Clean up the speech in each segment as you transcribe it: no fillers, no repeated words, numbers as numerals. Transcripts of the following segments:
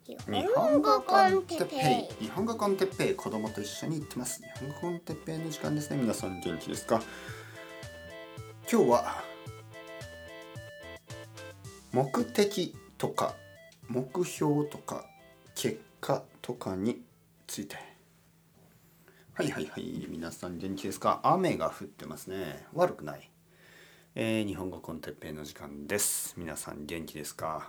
日本語コンテッペイ。日本語コンテッペイ、子供と一緒に行ってます。日本語コンテッペイの時間ですね。皆さん元気ですか？今日は目的とか目標とか結果とかについて。はい、皆さん元気ですか？雨が降ってますね。悪くない。日本語コンテッペイの時間です。皆さん元気ですか？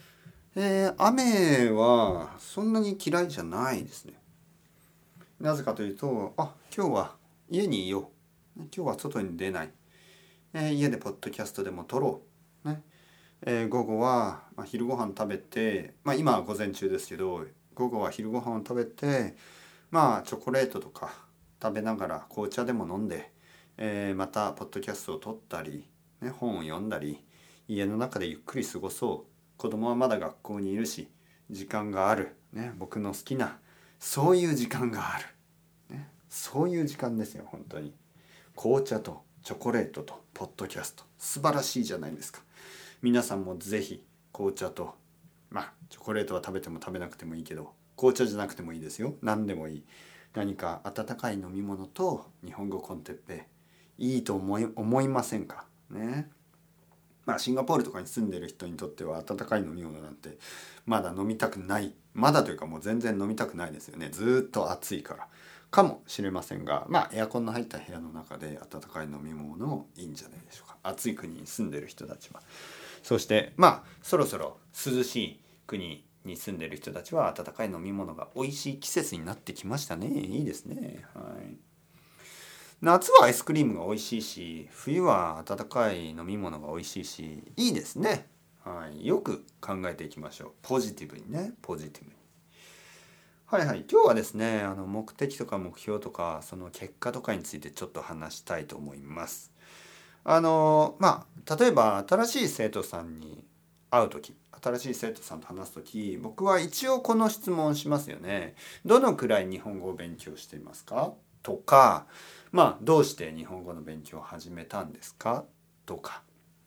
雨はそんなに嫌いじゃないですね。なぜかというと、今日は家にいよう。今日は外に出ない。家でポッドキャストでも撮ろう。ね。午後は、昼ご飯食べて、今は午前中ですけど、午後は昼ご飯を食べて、チョコレートとか食べながら紅茶でも飲んで、またポッドキャストを撮ったり、ね、本を読んだり、家の中でゆっくり過ごそう。子供はまだ学校にいるし、時間がある。ね、僕の好きな、そういう時間がある。ね、そういう時間ですよ、本当に。紅茶とチョコレートとポッドキャスト。素晴らしいじゃないですか。皆さんもぜひ紅茶と、チョコレートは食べても食べなくてもいいけど、紅茶じゃなくてもいいですよ。何でもいい。何か温かい飲み物と日本語コンテッペイ、いいと思いませんかね。シンガポールとかに住んでる人にとっては温かい飲み物なんてまだ飲みたくない。まだというかもう全然飲みたくないですよね。ずっと暑いからかもしれませんが、エアコンの入った部屋の中で温かい飲み物もいいんじゃないでしょうか。暑い国に住んでる人たちは。そしてそろそろ涼しい国に住んでる人たちは温かい飲み物が美味しい季節になってきましたね。いいですね。はい。夏はアイスクリームが美味しいし、冬は温かい飲み物が美味しいし、いいですね。はい、よく考えていきましょう。ポジティブにね、ポジティブに。今日はですね、目的とか目標とかその結果とかについてちょっと話したいと思います。例えば新しい生徒さんに会うとき、新しい生徒さんと話すとき、僕は一応この質問をしますよね。どのくらい日本語を勉強していますか？とか、どうして日本語の勉強を始めたんですか？とか。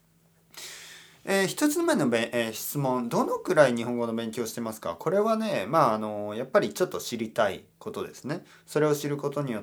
一つ目の質問、どのくらい日本語の勉強してますか？これはね、やっぱりちょっと知りたいことですね。それを知ることによって、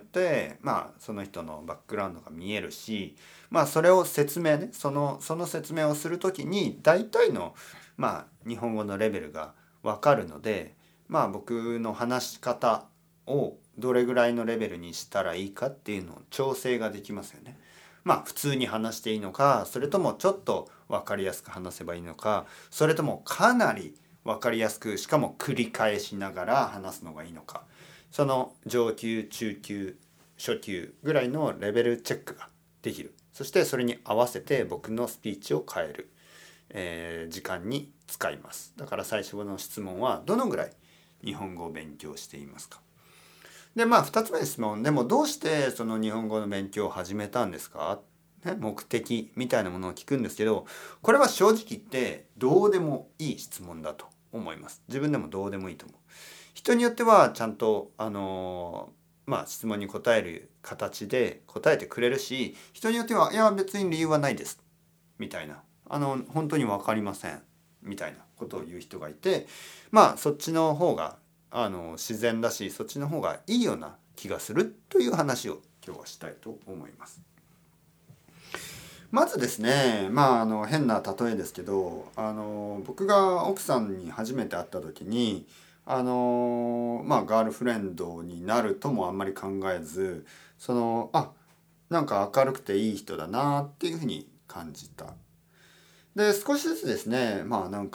その人のバックグラウンドが見えるし、それを説明ね、その説明をするときに、大体の、日本語のレベルがわかるので、僕の話し方をどれぐらいのレベルにしたらいいかっていうのを調整ができますよね。普通に話していいのか、それともちょっと分かりやすく話せばいいのか、それともかなり分かりやすく、しかも繰り返しながら話すのがいいのか、その上級、中級、初級ぐらいのレベルチェックができる。そしてそれに合わせて僕のスピーチを変える、時間に使います。だから最初の質問は、どのぐらい日本語を勉強していますか？で、2つ目の質問。でもどうしてその日本語の勉強を始めたんですか？ね、目的みたいなものを聞くんですけど、これは正直言ってどうでもいい質問だと思います。自分でもどうでもいいと思う。人によってはちゃんと質問に答える形で答えてくれるし、人によってはいや別に理由はないですみたいな、本当に分かりませんみたいなことを言う人がいて、そっちの方が自然だし、そっちの方がいいような気がするという話を今日はしたいと思います。まずですね、変な例えですけど、僕が奥さんに初めて会った時に、ガールフレンドになるともあんまり考えず、なんか明るくていい人だなっていうふうに感じた。で、少しずつですね、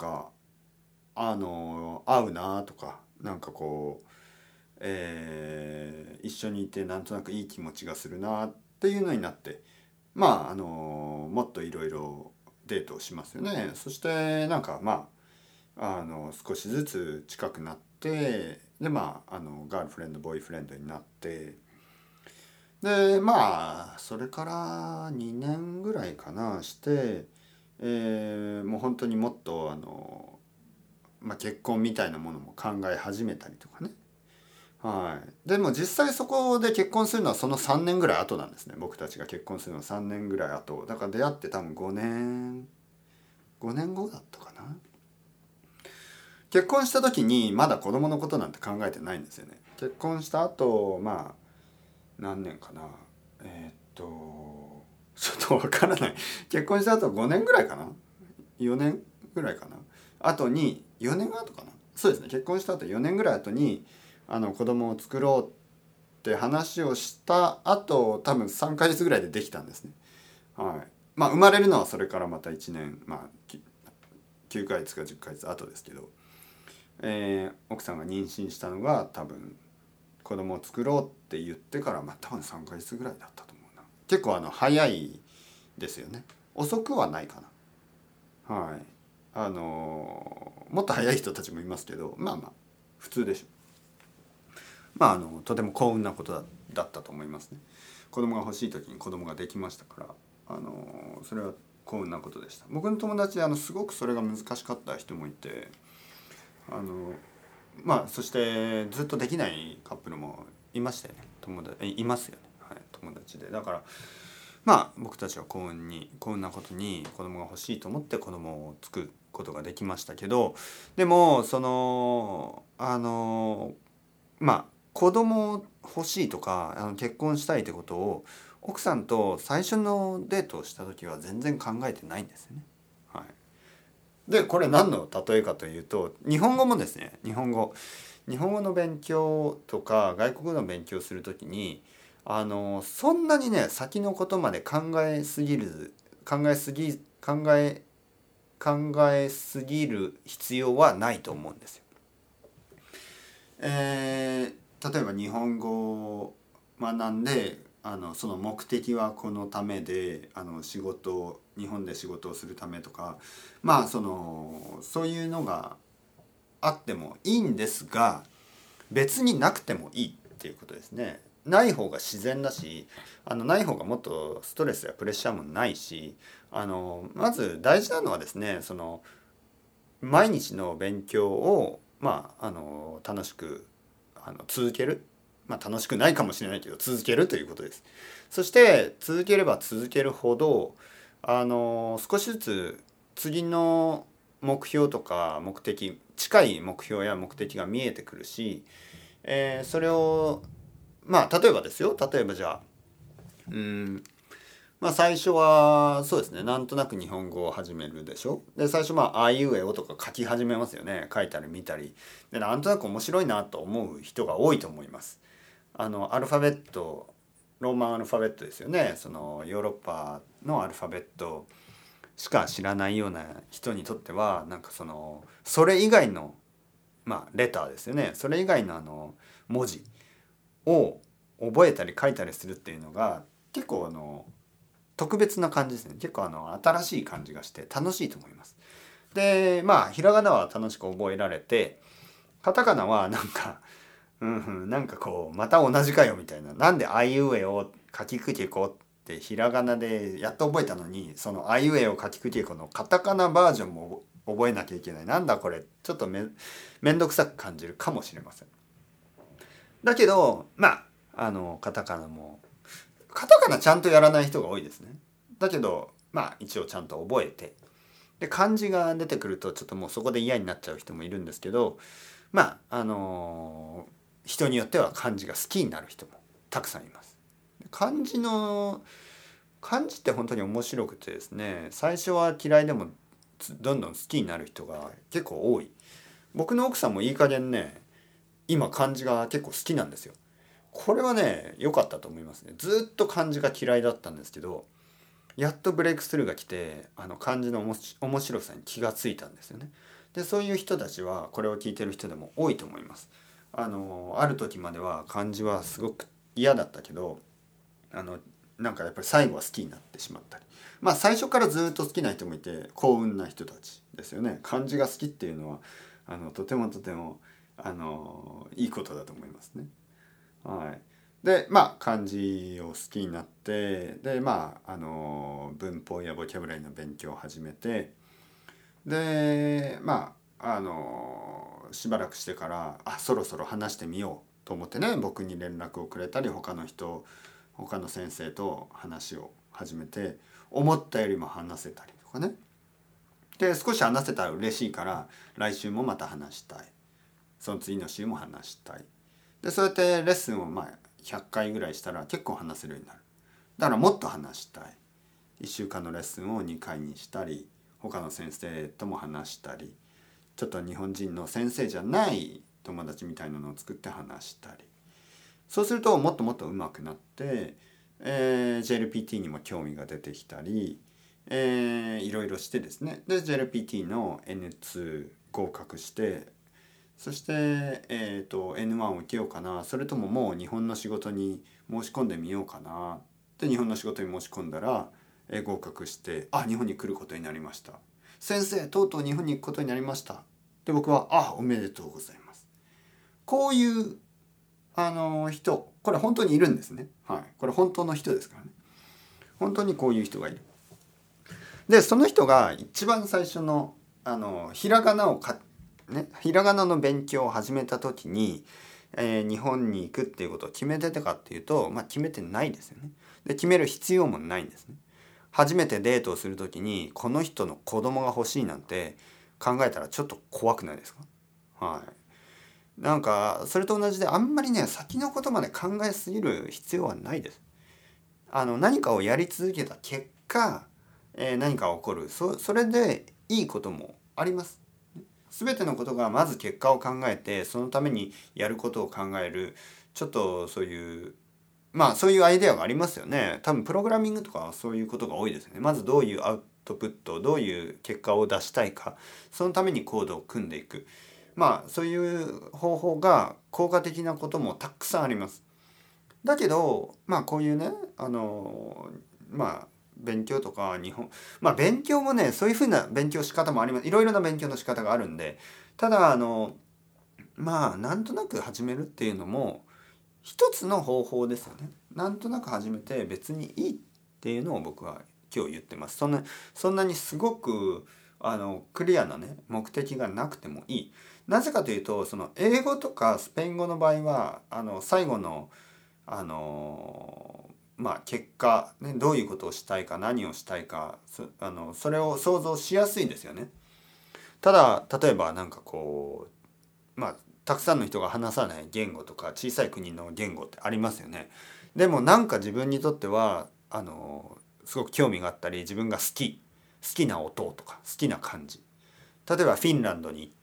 合うなとか、一緒にいてなんとなくいい気持ちがするなっていうのになって、もっといろいろデートをしますよね。そして少しずつ近くなって、でガールフレンドボーイフレンドになって、でそれから2年ぐらいかなして、もう本当にもっと結婚みたいなものも考え始めたりとかね。でも実際そこで結婚するのはその3年ぐらい後なんですね。僕たちが結婚するのは3年ぐらい後。だから出会って多分5年後だったかな。 結婚した時にまだ子供のことなんて考えてないんですよね。結婚した後まあ何年かな、ちょっとわからない。結婚した後5年ぐらいかな、4年ぐらいかな、後に4年後かな、そうですね、結婚した後4年ぐらい後に子供を作ろうって話をした後、多分3ヶ月ぐらいでできたんですね。はい。まあ生まれるのはそれからまた1年、まあ9ヶ月か10ヶ月後ですけど、奥さんが妊娠したのが多分子供を作ろうって言ってから、まあ多分3ヶ月ぐらいだったと思うな。結構早いですよね。遅くはないかな。はい。もっと早い人たちもいますけど、まあまあ普通でしょ。まあとても幸運なことだったと思いますね。子供が欲しい時に子供ができましたから、それは幸運なことでした。僕の友達すごくそれが難しかった人もいて、まあそしてずっとできないカップルもいましたよね。いますよね。はい、友達で。だからまあ僕たちは幸運なことに子供が欲しいと思って子供を作ることができましたけど、でもまあ子供欲しいとか結婚したいってことを奥さんと最初のデートをした時は全然考えてないんですよね。はい、でこれ何の例えかというと、日本語もですね、日本語の勉強とか外国語の勉強する時にそんなにね先のことまで考えすぎる必要はないと思うんですよ。例えば日本語を学んでその目的はこのためで日本で仕事をするためとか、まあそういうのがあってもいいんですが、別になくてもいいっていうことですね。ない方が自然だし、ない方がもっとストレスやプレッシャーもないし、まず大事なのはですね、毎日の勉強を楽しく続ける、まあ楽しくないかもしれないけど続けるということです。そして続ければ続けるほど少しずつ次の目標とか近い目標や目的が見えてくるし、それをまあ例えばじゃあまあ最初はそうですね、なんとなく日本語を始めるでしょ。で最初あいうえおとか書き始めますよね。書いたり見たりで、なんとなく面白いなと思う人が多いと思います。アルファベット、ローマンアルファベットですよね。ヨーロッパのアルファベットしか知らないような人にとってはなんかそれ以外のレターですよね。それ以外の文字を覚えたり書いたりするっていうのが結構特別な感じですね。結構新しい感じがして楽しいと思います。でひらがなは楽しく覚えられて、カタカナはなんかなんかこうまた同じかよみたいな、なんであいうえを書きくけこってひらがなでやっと覚えたのに、そのあいうえを書きくけこのカタカナバージョンも覚えなきゃいけない、なんだこれ、ちょっとめんどくさく感じるかもしれません。だけどカタカナちゃんとやらない人が多いですね。だけど一応ちゃんと覚えて、で漢字が出てくるとちょっともうそこで嫌になっちゃう人もいるんですけど、人によっては漢字が好きになる人もたくさんいます。漢字って本当に面白くてですね、最初は嫌いでもどんどん好きになる人が結構多い。僕の奥さんもいい加減ね、今漢字が結構好きなんですよ。これはね良かったと思いますね。ずっと漢字が嫌いだったんですけど、やっとブレイクスルーが来て漢字の面白さに気がついたんですよね。でそういう人たちはこれを聞いてる人でも多いと思います。ある時までは漢字はすごく嫌だったけどなんかやっぱり最後は好きになってしまったり、最初からずっと好きな人もいて幸運な人たちですよね。漢字が好きっていうのはとてもいいことだと思いますね。はい。で漢字を好きになって、で文法やボキャブラリーの勉強を始めて、でしばらくしてからそろそろ話してみようと思ってね、僕に連絡をくれたり他の先生と話を始めて、思ったよりも話せたりとかね、 で少し話せたら嬉しいから来週もまた話したい、その次の週も話したい。でそうやってレッスンを100回ぐらいしたら結構話せるようになる。だからもっと話したい。1週間のレッスンを2回にしたり、他の先生とも話したり、ちょっと日本人の先生じゃない友達みたいなのを作って話したり、そうするともっともっと上手くなって、JLPT にも興味が出てきたり、いろいろしてですね。で JLPT の N2 合格して、そして、N1 を受けようかな、それとももう日本の仕事に申し込んでみようかな。で日本の仕事に申し込んだら、合格して、日本に来ることになりました。先生とうとう日本に行くことになりました。で僕はおめでとうございます。こういう人、これ本当にいるんですね。はい、これ本当の人ですからね。本当にこういう人がいる。でその人が一番最初のひらがなひらがなの勉強を始めた時に、日本に行くっていうことを決めてたかっていうと、決めてないですよね。で決める必要もないんですね。初めてデートをする時にこの人の子供が欲しいなんて考えたらちょっと怖くないですか？はい。なんかそれと同じで、あんまりね先のことまで考えすぎる必要はないです。何かをやり続けた結果、何か起こる、それでいいこともあります。全てのことがまず結果を考えて、そのためにやることを考える、ちょっとそういうそういうアイデアがありますよね。多分プログラミングとかはそういうことが多いですね。まずどういうアウトプット、どういう結果を出したいか、そのためにコードを組んでいく、そういう方法が効果的なこともたくさんあります。だけどこういうね勉強とか勉強もね、そういうふうな勉強仕方もあります。いろいろな勉強の仕方があるんで、ただなんとなく始めるっていうのも一つの方法ですよね。なんとなく始めて別にいいっていうのを僕は今日言ってます。そんなにすごくクリアなね目的がなくてもいい。なぜかというと、その英語とかスペイン語の場合は最後の結果、ね、どういうことをしたいか、何をしたいか、それを想像しやすいんですよね。ただ例えばたくさんの人が話さない言語とか小さい国の言語ってありますよね。でも自分にとってはすごく興味があったり、自分が好きな音とか好きな感じ。例えばフィンランドに行って、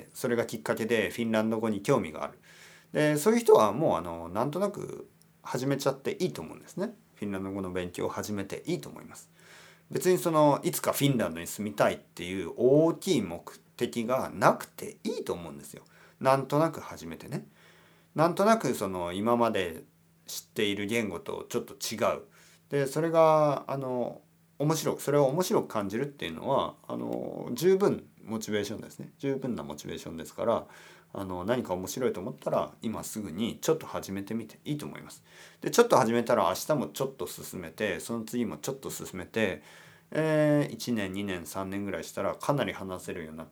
それがきっかけでフィンランド語に興味がある。でそういう人はもうなんとなく始めちゃっていいと思うんですね。フィンランド語の勉強を始めていいと思います。別にいつかフィンランドに住みたいっていう大きい目的がなくていいと思うんですよ。なんとなく始めてね。なんとなく今まで知っている言語とちょっと違う。でそれがそれを面白く感じるっていうのは十分モチベーションですね。十分なモチベーションですから、何か面白いと思ったら今すぐにちょっと始めてみていいと思います。でちょっと始めたら明日もちょっと進めて、その次もちょっと進めて、1年2年3年ぐらいしたらかなり話せるようになって、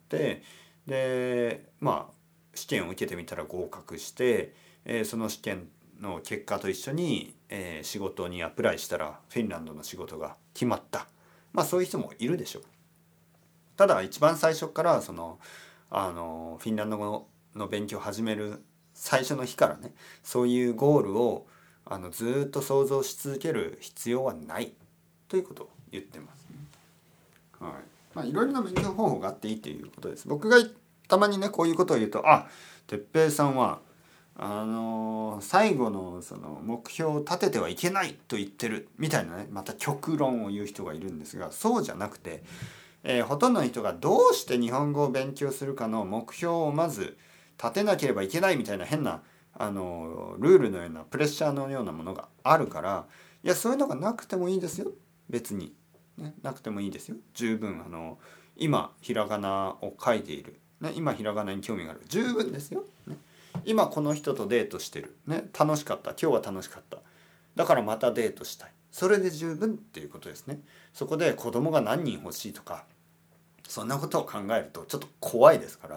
で試験を受けてみたら合格して、その試験の結果と一緒に、仕事にアプライしたらフィンランドの仕事が決まった。そういう人もいるでしょう。ただ一番最初からフィンランド語の勉強を始める最初の日からね、そういうゴールをずっと想像し続ける必要はないということを言ってますね。はい。いろいろな勉強方法があっていいということです。僕がたまにねこういうことを言うと、哲平さんは最後の目標を立ててはいけないと言ってるみたいなね、また極論を言う人がいるんですが、そうじゃなくて、ほとんどの人がどうして日本語を勉強するかの目標をまず立てなければいけないみたいな変なルールのようなプレッシャーのようなものがあるから、いやそういうのがなくてもいいですよ。別に、ね、なくてもいいですよ。十分今ひらがなを書いている、ね、今ひらがなに興味がある、十分ですよ、ね。今この人とデートしてる、ね、楽しかった、今日は楽しかった、だからまたデートしたい、それで十分っていうことですね。そこで子供が何人欲しいとかそんなことを考えるとちょっと怖いですから、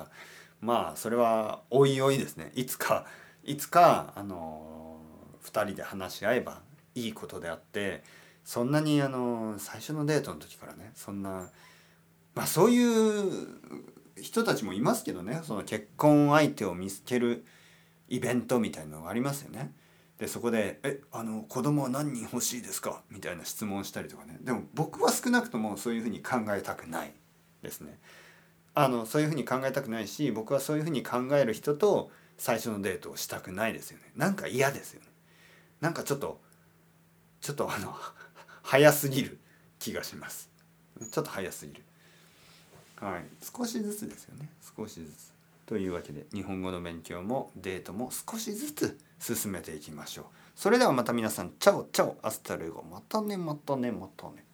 それはおいおいですね。いつか2人で話し合えばいいことであって、そんなに最初のデートの時からねそんなそういう人たちもいますけどね、その結婚相手を見つけるイベントみたいなのがありますよね。でそこで子供は何人欲しいですかみたいな質問したりとかね。でも僕は少なくともそういうふうに考えたくないですね。そういうふうに考えたくないし、僕はそういうふうに考える人と最初のデートをしたくないですよね。なんか嫌ですよね。なんかちょっと早すぎる気がします。ちょっと早すぎる。はい、少しずつですよね。少しずつ。というわけで日本語の勉強もデートも少しずつ進めていきましょう。それではまた皆さん、チャオチャオ、アスタルエゴ、またねまたねまたね。